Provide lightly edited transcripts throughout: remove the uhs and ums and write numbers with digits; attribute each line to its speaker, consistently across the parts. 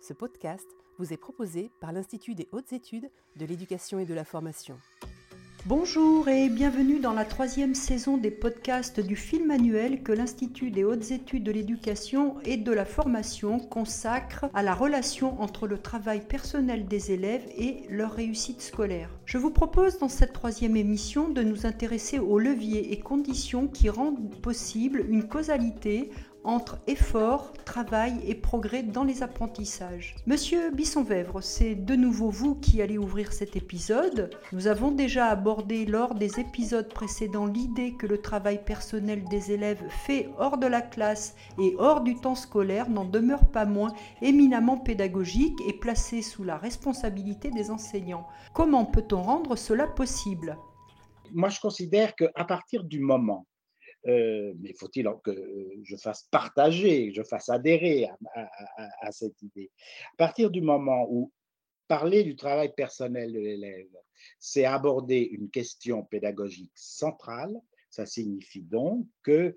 Speaker 1: Ce podcast vous est proposé par l'Institut des hautes études de l'éducation et de la formation.
Speaker 2: Bonjour et bienvenue dans la 3e saison des podcasts du film annuel que l'Institut des hautes études de l'éducation et de la formation consacre à la relation entre le travail personnel des élèves et leur réussite scolaire. Je vous propose dans cette 3e émission de nous intéresser aux leviers et conditions qui rendent possible une causalité entre effort, travail et progrès dans les apprentissages. Monsieur Bisson-Vèvre, c'est de nouveau vous qui allez ouvrir cet épisode. Nous avons déjà abordé lors des épisodes précédents l'idée que le travail personnel des élèves fait hors de la classe et hors du temps scolaire n'en demeure pas moins éminemment pédagogique et placé sous la responsabilité des enseignants. Comment peut-on rendre cela possible ?
Speaker 3: Moi, je considère qu'à partir du moment mais faut-il que je fasse partager, que je fasse adhérer à cette idée. À partir du moment où parler du travail personnel de l'élève, c'est aborder une question pédagogique centrale, ça signifie donc que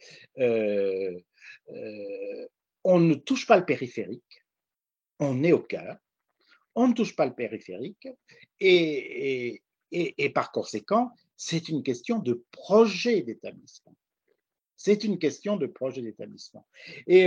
Speaker 3: on ne touche pas le périphérique, on est au cœur, on ne touche pas le périphérique et par conséquent, c'est une question de projet d'établissement. C'est une question de projet d'établissement. Et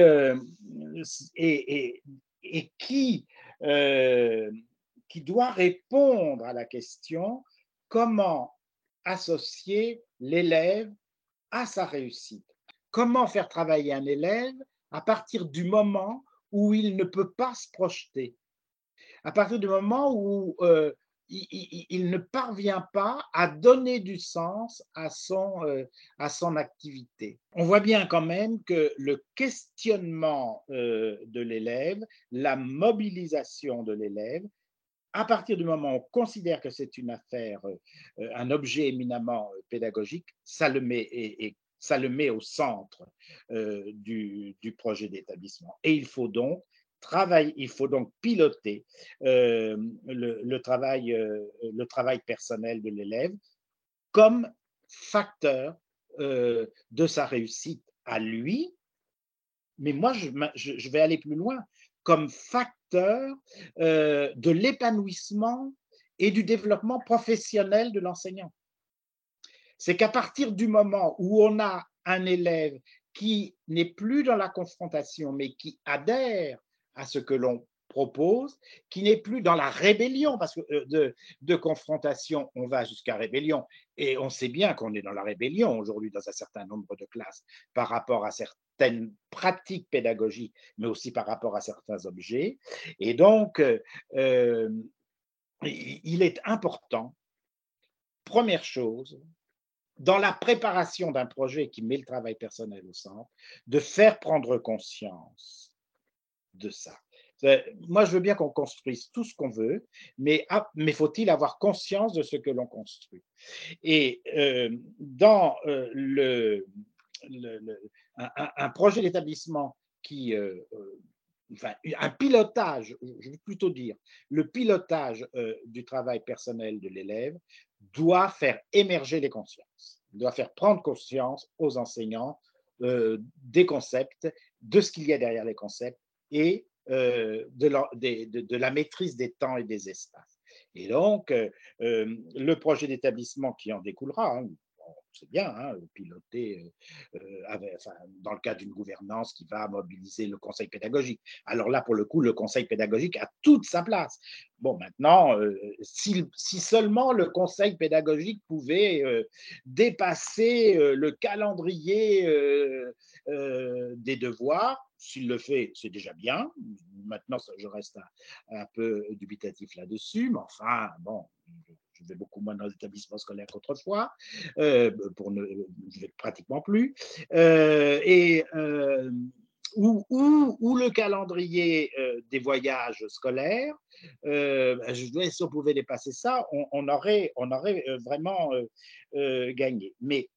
Speaker 3: qui doit répondre à la question comment associer l'élève à sa réussite. Comment faire travailler un élève à partir du moment où il ne peut pas se projeter, à partir du moment où il ne parvient pas à donner du sens à son activité. On voit bien quand même que le questionnement de l'élève, la mobilisation de l'élève, à partir du moment où on considère que c'est une affaire, un objet éminemment pédagogique, ça le met au centre du projet d'établissement. Et il faut donc piloter le travail personnel de l'élève comme facteur de sa réussite à lui, mais moi je vais aller plus loin, comme facteur de l'épanouissement et du développement professionnel de l'enseignant. C'est qu'à partir du moment où on a un élève qui n'est plus dans la confrontation, mais qui adhère à ce que l'on propose, qui n'est plus dans la rébellion, parce que de confrontation, on va jusqu'à rébellion. Et on sait bien qu'on est dans la rébellion aujourd'hui dans un certain nombre de classes par rapport à certaines pratiques pédagogiques, mais aussi par rapport à certains objets. Et donc, il est important, première chose, dans la préparation d'un projet qui met le travail personnel au centre, de faire prendre conscience de ça. Moi, je veux bien qu'on construise tout ce qu'on veut, mais faut-il avoir conscience de ce que l'on construit. Et dans un projet d'établissement qui... un pilotage, je veux plutôt dire, le pilotage du travail personnel de l'élève doit faire émerger les consciences, doit faire prendre conscience aux enseignants des concepts, de ce qu'il y a derrière les concepts et de la maîtrise des temps et des espaces. Et donc, le projet d'établissement qui en découlera, c'est bien, piloter dans le cadre d'une gouvernance qui va mobiliser le conseil pédagogique. Alors là, pour le coup, le conseil pédagogique a toute sa place. Bon, maintenant, si seulement le conseil pédagogique pouvait dépasser le calendrier des devoirs, s'il le fait, c'est déjà bien. Maintenant, je reste un peu dubitatif là-dessus, mais enfin, bon, je vais beaucoup moins dans les établissements scolaires qu'autrefois, je vais pratiquement plus, ou le calendrier des voyages scolaires, si on pouvait dépasser ça, on aurait vraiment gagné. Mais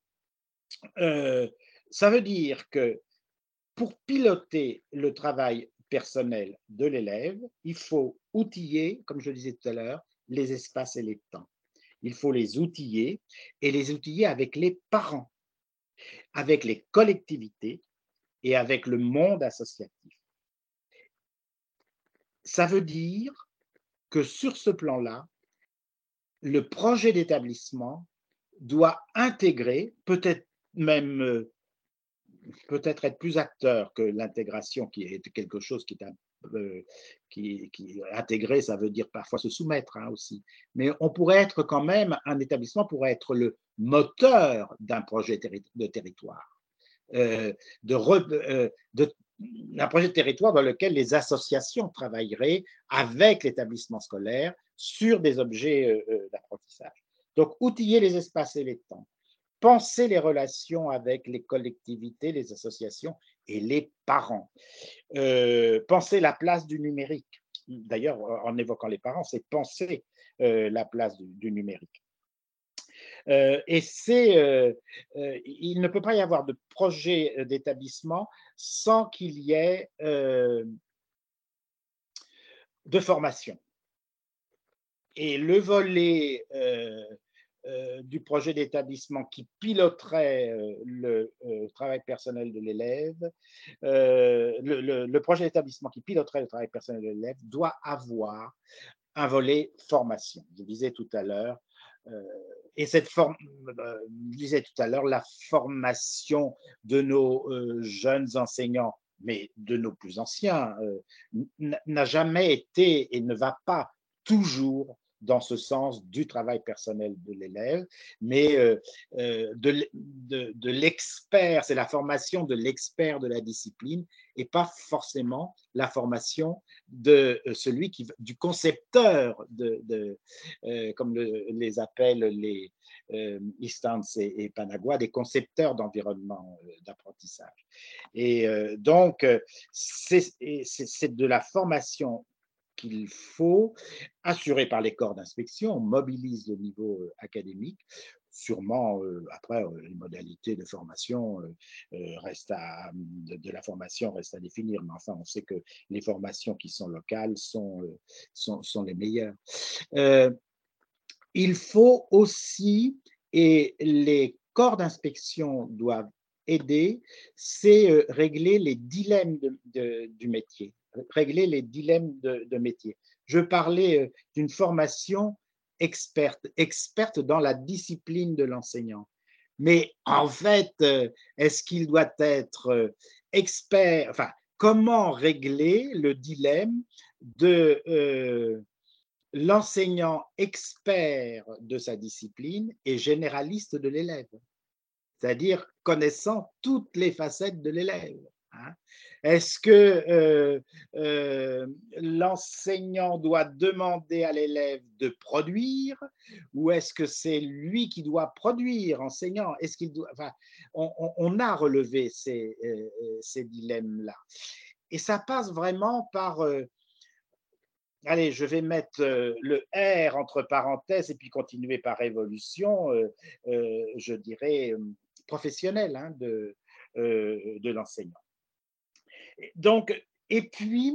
Speaker 3: ça veut dire que pour piloter le travail personnel de l'élève, il faut outiller, comme je le disais tout à l'heure, les espaces et les temps. Il faut les outiller et les outiller avec les parents, avec les collectivités et avec le monde associatif. Ça veut dire que sur ce plan-là, le projet d'établissement doit intégrer, peut-être même peut-être être plus acteur que l'intégration, qui est quelque chose qui est qui intégrer, ça veut dire parfois se soumettre hein, aussi. Mais on pourrait être quand même, un établissement pourrait être le moteur d'un projet de territoire, d'un projet de territoire dans lequel les associations travailleraient avec l'établissement scolaire sur des objets d'apprentissage. Donc, outiller les espaces et les temps, penser les relations avec les collectivités, les associations et les parents. Penser la place du numérique. D'ailleurs, en évoquant les parents, c'est penser la place du numérique. Et il ne peut pas y avoir de projet d'établissement sans qu'il y ait de formation. Et le volet du projet d'établissement qui piloterait le travail personnel de l'élève, le projet d'établissement qui piloterait le travail personnel de l'élève doit avoir un volet formation. Je disais tout à l'heure, et je disais tout à l'heure, la formation de nos jeunes enseignants, mais de nos plus anciens, n'a jamais été et ne va pas toujours dans ce sens du travail personnel de l'élève, mais de l'expert, c'est la formation de l'expert de la discipline et pas forcément la formation de celui du concepteur, comme les appellent les Istans et Panagua, des concepteurs d'environnement d'apprentissage. Et donc, c'est de la formation qu'il faut, assuré par les corps d'inspection, on mobilise le niveau académique. Sûrement, après, les modalités de formation de la formation restent à définir, mais enfin, on sait que les formations qui sont locales sont les meilleures. Il faut aussi, et les corps d'inspection doivent aider, c'est régler les dilemmes du métier. Régler les dilemmes de métier. Je parlais d'une formation experte dans la discipline de l'enseignant. Mais en fait, est-ce qu'il doit être expert, enfin, comment régler le dilemme de l'enseignant expert de sa discipline et généraliste de l'élève, c'est-à-dire connaissant toutes les facettes de l'élève. Hein. Est-ce que l'enseignant doit demander à l'élève de produire ou est-ce que c'est lui qui doit produire, enseignant? Est-ce qu'il doit, enfin, on a relevé ces dilemmes-là. Et ça passe vraiment par allez, je vais mettre le R entre parenthèses et puis continuer par évolution, je dirais, professionnelle hein, de l'enseignant. Donc, et puis,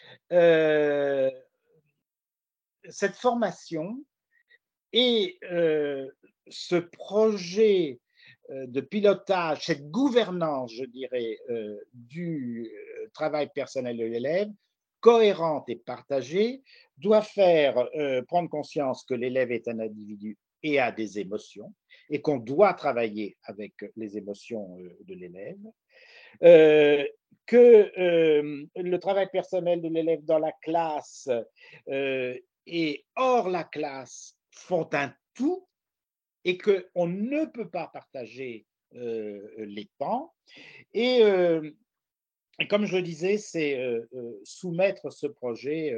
Speaker 3: cette formation et ce projet de pilotage, cette gouvernance, je dirais, du travail personnel de l'élève, cohérente et partagée, doit faire prendre conscience que l'élève est un individu et a des émotions, et qu'on doit travailler avec les émotions de l'élève, que le travail personnel de l'élève dans la classe et hors la classe font un tout, et qu'on ne peut pas partager les temps. Et comme je le disais, c'est soumettre ce projet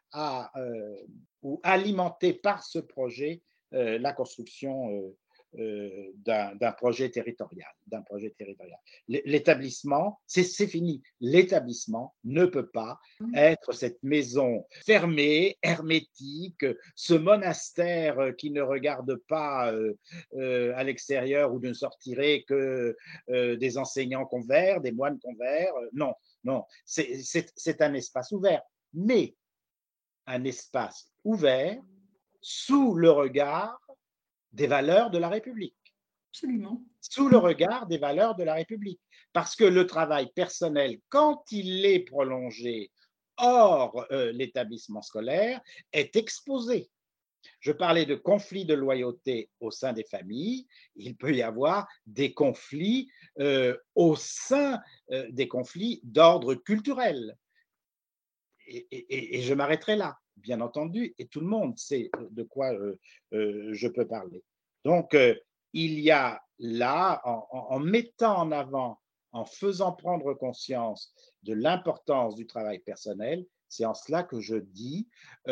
Speaker 3: ou alimenter par ce projet la construction d'un projet territorial. L'établissement, c'est fini. L'établissement ne peut pas être cette maison fermée, hermétique, ce monastère qui ne regarde pas à l'extérieur où ne sortiraient que des enseignants convers, des moines convers. Non, non, c'est un espace ouvert, mais un espace ouvert sous le regard des valeurs de la République.
Speaker 2: Absolument.
Speaker 3: Sous le regard des valeurs de la République. Parce que le travail personnel, quand il est prolongé hors l'établissement scolaire est exposé. Je parlais de conflits de loyauté au sein des familles. Il peut y avoir des conflits au sein des conflits d'ordre culturel. Et je m'arrêterai là, bien entendu, et tout le monde sait de quoi je peux parler. Donc, il y a là, en mettant en avant, en faisant prendre conscience de l'importance du travail personnel, c'est en cela que je dis,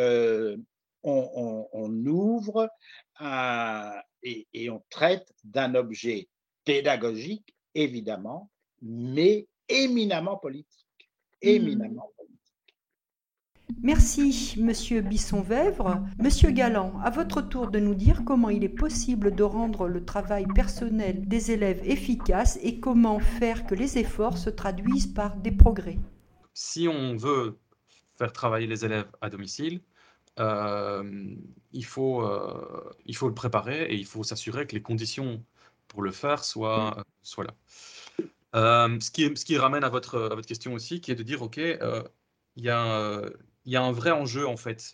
Speaker 3: on ouvre et on traite d'un objet pédagogique, évidemment, mais éminemment politique. Éminemment politique.
Speaker 2: Merci, Monsieur Bisson-Vèvre. Monsieur Galland, à votre tour de nous dire comment il est possible de rendre le travail personnel des élèves efficace et comment faire que les efforts se traduisent par des progrès.
Speaker 4: Si on veut faire travailler les élèves à domicile, il faut le préparer et il faut s'assurer que les conditions pour le faire soient là. Ce qui ramène à votre question aussi, qui est de dire, OK, il y a un vrai enjeu, en fait,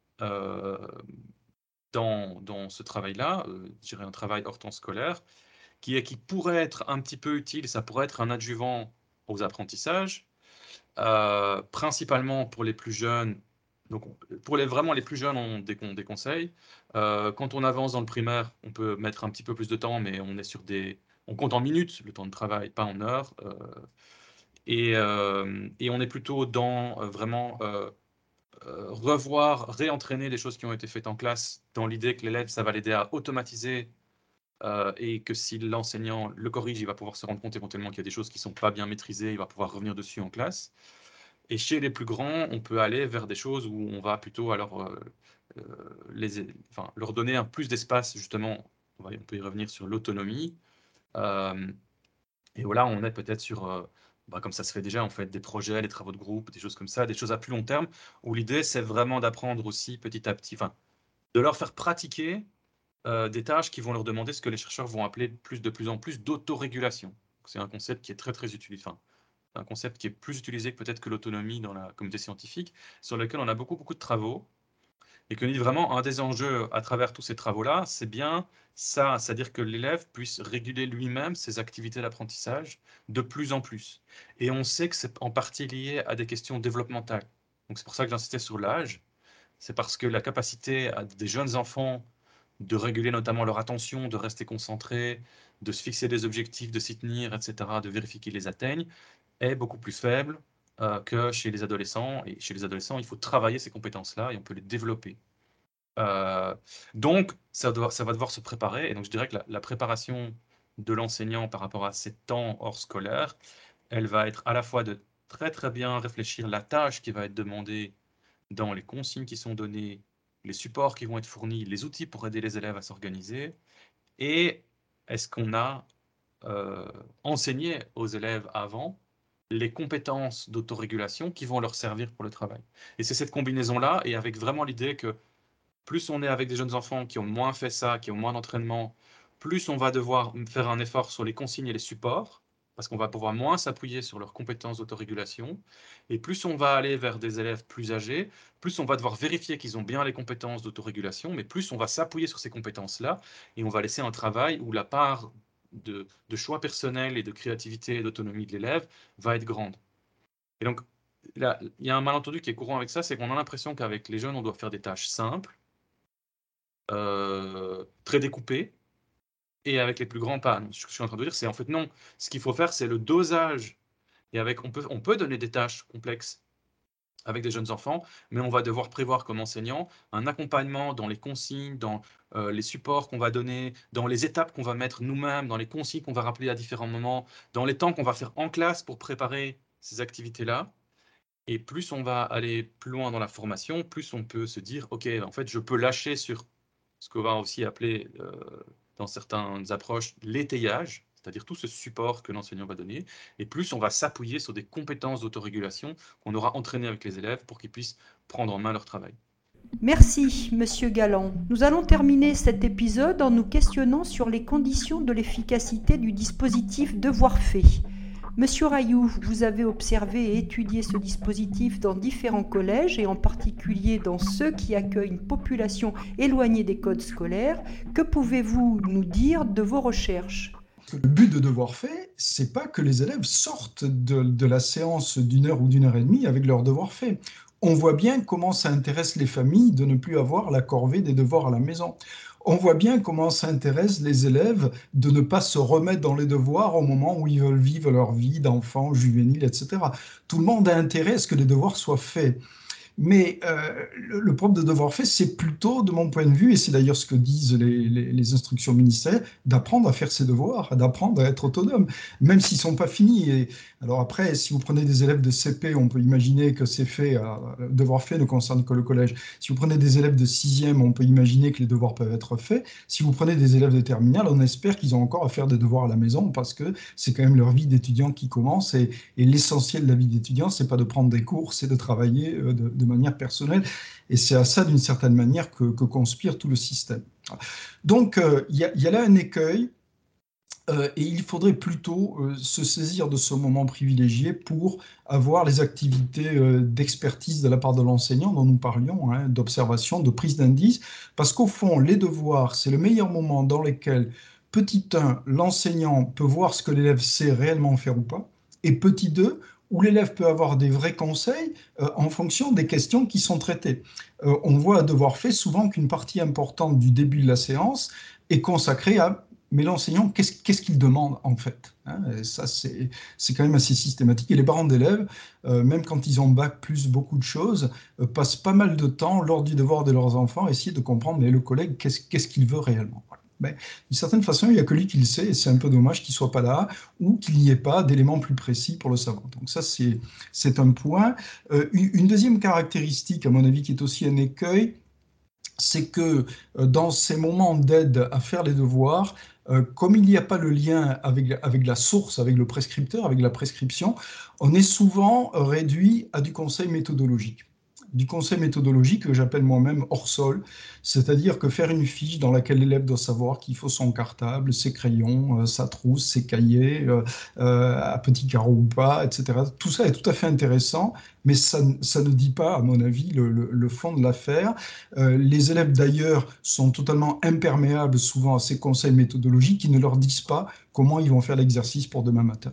Speaker 4: dans ce travail-là, je dirais un travail hors temps scolaire, qui pourrait être un petit peu utile, ça pourrait être un adjuvant aux apprentissages, principalement pour les plus jeunes. Donc, pour vraiment les plus jeunes, on déconseille. Quand on avance dans le primaire, on peut mettre un petit peu plus de temps, mais on compte en minutes le temps de travail, pas en heures. Et on est plutôt dans vraiment réentraîner les choses qui ont été faites en classe, dans l'idée que l'élève, ça va l'aider à automatiser et que si l'enseignant le corrige, il va pouvoir se rendre compte éventuellement qu'il y a des choses qui ne sont pas bien maîtrisées, il va pouvoir revenir dessus en classe. Et chez les plus grands, on peut aller vers des choses où on va plutôt alors leur donner un plus d'espace, justement. On peut y revenir sur l'autonomie. Et voilà, on est peut-être sur, comme ça se fait déjà, en fait, des projets, des travaux de groupe, des choses comme ça, des choses à plus long terme, où l'idée, c'est vraiment d'apprendre aussi petit à petit, de leur faire pratiquer des tâches qui vont leur demander ce que les chercheurs vont appeler de plus en plus d'autorégulation. C'est un concept qui est très, très utilisé. Un concept qui est plus utilisé peut-être que l'autonomie dans la communauté scientifique, sur lequel on a beaucoup, beaucoup de travaux, et que vraiment un des enjeux à travers tous ces travaux-là, c'est bien ça, c'est-à-dire que l'élève puisse réguler lui-même ses activités d'apprentissage de plus en plus. Et on sait que c'est en partie lié à des questions développementales. Donc c'est pour ça que j'insistais sur l'âge, c'est parce que la capacité des jeunes enfants de réguler notamment leur attention, de rester concentrés, de se fixer des objectifs, de s'y tenir, etc., de vérifier qu'ils les atteignent, est beaucoup plus faible que chez les adolescents. Et chez les adolescents, il faut travailler ces compétences-là et on peut les développer. Donc, ça va devoir se préparer. Et donc, je dirais que la préparation de l'enseignant par rapport à ces temps hors scolaire, elle va être à la fois de très, très bien réfléchir la tâche qui va être demandée dans les consignes qui sont données, les supports qui vont être fournis, les outils pour aider les élèves à s'organiser. Et est-ce qu'on a enseigné aux élèves avant les compétences d'autorégulation qui vont leur servir pour le travail. Et c'est cette combinaison-là, et avec vraiment l'idée que plus on est avec des jeunes enfants qui ont moins fait ça, qui ont moins d'entraînement, plus on va devoir faire un effort sur les consignes et les supports, parce qu'on va pouvoir moins s'appuyer sur leurs compétences d'autorégulation, et plus on va aller vers des élèves plus âgés, plus on va devoir vérifier qu'ils ont bien les compétences d'autorégulation, mais plus on va s'appuyer sur ces compétences-là, et on va laisser un travail où la part de choix personnel et de créativité et d'autonomie de l'élève va être grande. Et donc, là, il y a un malentendu qui est courant avec ça, c'est qu'on a l'impression qu'avec les jeunes, on doit faire des tâches simples, très découpées, et avec les plus grands pas. Ce que je suis en train de dire, c'est en fait non. Ce qu'il faut faire, c'est le dosage. Et on peut donner des tâches complexes avec des jeunes enfants, mais on va devoir prévoir comme enseignant un accompagnement dans les consignes, dans les supports qu'on va donner, dans les étapes qu'on va mettre nous-mêmes, dans les consignes qu'on va rappeler à différents moments, dans les temps qu'on va faire en classe pour préparer ces activités-là. Et plus on va aller plus loin dans la formation, plus on peut se dire, OK, en fait, je peux lâcher sur ce qu'on va aussi appeler, dans certaines approches, l'étayage, c'est-à-dire tout ce support que l'enseignant va donner, et plus on va s'appuyer sur des compétences d'autorégulation qu'on aura entraînées avec les élèves pour qu'ils puissent prendre en main leur travail.
Speaker 2: Merci, Monsieur Galland. Nous allons terminer cet épisode en nous questionnant sur les conditions de l'efficacité du dispositif Devoir fait. Monsieur Rayou, vous avez observé et étudié ce dispositif dans différents collèges et en particulier dans ceux qui accueillent une population éloignée des codes scolaires. Que pouvez-vous nous dire de vos recherches ?
Speaker 5: Le but de Devoirs faits, c'est pas que les élèves sortent de la séance d'1 heure ou d'1 heure et demie avec leurs devoirs faits. On voit bien comment ça intéresse les familles de ne plus avoir la corvée des devoirs à la maison. On voit bien comment ça intéresse les élèves de ne pas se remettre dans les devoirs au moment où ils veulent vivre leur vie d'enfant, juvénile, etc. Tout le monde a intérêt à ce que les devoirs soient faits. Mais le propre de Devoirs faits, c'est plutôt, de mon point de vue, et c'est d'ailleurs ce que disent les instructions ministérielles, d'apprendre à faire ses devoirs, d'apprendre à être autonome, même s'ils ne sont pas finis. Et alors après, si vous prenez des élèves de CP, on peut imaginer que c'est fait, Devoirs faits ne concerne que le collège. Si vous prenez des élèves de 6e, on peut imaginer que les devoirs peuvent être faits. Si vous prenez des élèves de terminale, on espère qu'ils ont encore à faire des devoirs à la maison, parce que c'est quand même leur vie d'étudiant qui commence, et l'essentiel de la vie d'étudiant, c'est pas de prendre des cours, c'est de travailler de manière personnelle, et c'est à ça d'une certaine manière que conspire tout le système. Donc il y a là un écueil, et il faudrait plutôt se saisir de ce moment privilégié pour avoir les activités d'expertise de la part de l'enseignant dont nous parlions, d'observation, de prise d'indices, parce qu'au fond, les devoirs, c'est le meilleur moment dans lequel, petit 1, l'enseignant peut voir ce que l'élève sait réellement faire ou pas, et petit 2, où l'élève peut avoir des vrais conseils en fonction des questions qui sont traitées. On voit à Devoirs faits souvent qu'une partie importante du début de la séance est consacrée à « mais l'enseignant, qu'est-ce qu'il demande en fait ?» Et ça, c'est quand même assez systématique. Et les parents d'élèves, même quand ils ont bac plus beaucoup de choses, passent pas mal de temps lors du devoir de leurs enfants à essayer de comprendre mais le collègue, qu'est-ce qu'il veut réellement. Mais d'une certaine façon, il n'y a que lui qui le sait, et c'est un peu dommage qu'il ne soit pas là, ou qu'il n'y ait pas d'éléments plus précis pour le savoir. Donc ça, c'est un point. Une deuxième caractéristique, à mon avis, qui est aussi un écueil, c'est que dans ces moments d'aide à faire les devoirs, comme il n'y a pas le lien avec la source, avec le prescripteur, avec la prescription, on est souvent réduit à du conseil méthodologique. Du conseil méthodologique que j'appelle moi-même hors sol, c'est-à-dire que faire une fiche dans laquelle l'élève doit savoir qu'il faut son cartable, ses crayons, sa trousse, ses cahiers, à petits carreaux ou pas, etc. Tout ça est tout à fait intéressant, mais ça ne dit pas, à mon avis, le fond de l'affaire. Les élèves, d'ailleurs, sont totalement imperméables souvent à ces conseils méthodologiques qui ne leur disent pas comment ils vont faire l'exercice pour demain matin.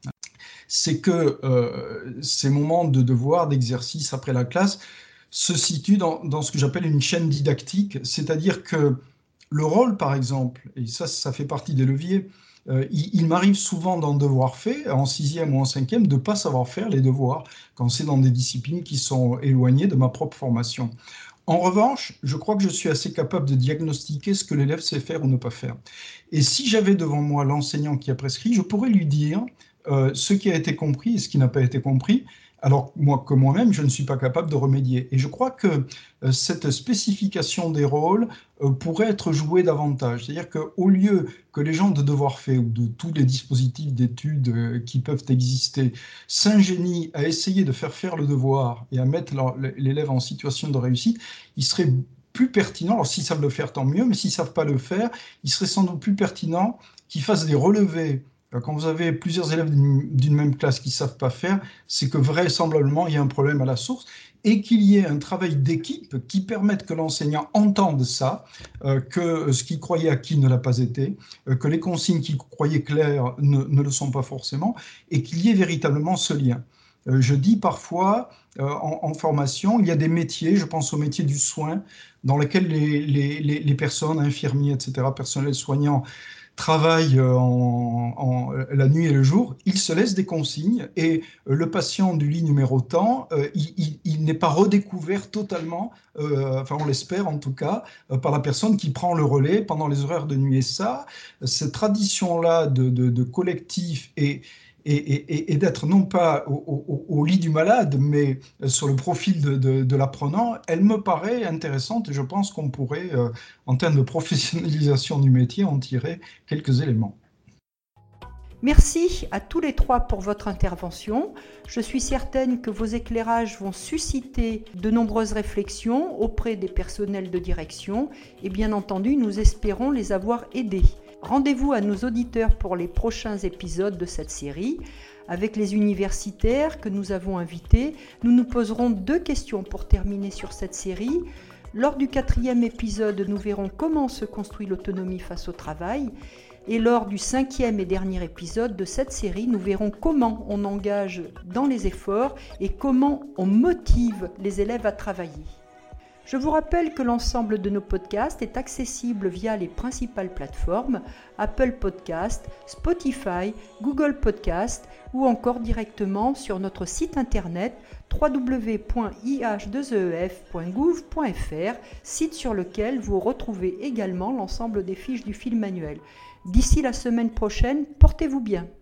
Speaker 5: C'est que ces moments de devoir, d'exercice après la classe se situent dans ce que j'appelle une chaîne didactique, c'est-à-dire que le rôle, par exemple, et ça fait partie des leviers, il m'arrive souvent dans Devoirs faits, en 6e ou en 5e, de ne pas savoir faire les devoirs quand c'est dans des disciplines qui sont éloignées de ma propre formation. En revanche, je crois que je suis assez capable de diagnostiquer ce que l'élève sait faire ou ne pas faire. Et si j'avais devant moi l'enseignant qui a prescrit, je pourrais lui dire ce qui a été compris et ce qui n'a pas été compris, alors que moi-même, je ne suis pas capable de remédier. Et je crois que cette spécification des rôles pourrait être jouée davantage. C'est-à-dire qu'au lieu que les gens de Devoirs faits ou de tous les dispositifs d'études qui peuvent exister s'ingénient à essayer de faire le devoir et à mettre l'élève en situation de réussite, il serait plus pertinent, alors s'ils savent le faire, tant mieux, mais s'ils ne savent pas le faire, il serait sans doute plus pertinent qu'ils fassent des relevés. Quand vous avez plusieurs élèves d'une même classe qui ne savent pas faire, c'est que vraisemblablement, il y a un problème à la source et qu'il y ait un travail d'équipe qui permette que l'enseignant entende ça, que ce qu'il croyait acquis ne l'a pas été, que les consignes qu'il croyait claires ne le sont pas forcément, et qu'il y ait véritablement ce lien. Je dis parfois, en formation, il y a des métiers, je pense au métier du soin, dans lesquels les personnes, infirmiers, etc., personnels soignants, travaillent la nuit et le jour, il se laisse des consignes et le patient du lit numéro tant, il n'est pas redécouvert totalement, enfin on l'espère en tout cas, par la personne qui prend le relais pendant les horaires de nuit. Et ça, cette tradition-là de collectif et d'être non pas au lit du malade, mais sur le profil de l'apprenant, elle me paraît intéressante et je pense qu'on pourrait, en termes de professionnalisation du métier, en tirer quelques éléments.
Speaker 2: Merci à tous les trois pour votre intervention. Je suis certaine que vos éclairages vont susciter de nombreuses réflexions auprès des personnels de direction et bien entendu, nous espérons les avoir aidés. Rendez-vous à nos auditeurs pour les prochains épisodes de cette série. Avec les universitaires que nous avons invités, nous nous poserons 2 questions pour terminer sur cette série. Lors du 4e épisode, nous verrons comment se construit l'autonomie face au travail. Et lors du 5e et dernier épisode de cette série, nous verrons comment on engage dans les efforts et comment on motive les élèves à travailler. Je vous rappelle que l'ensemble de nos podcasts est accessible via les principales plateformes Apple Podcast, Spotify, Google Podcast ou encore directement sur notre site internet www.ih2ef.gouv.fr, site sur lequel vous retrouvez également l'ensemble des fiches du film manuel. D'ici la semaine prochaine, portez-vous bien.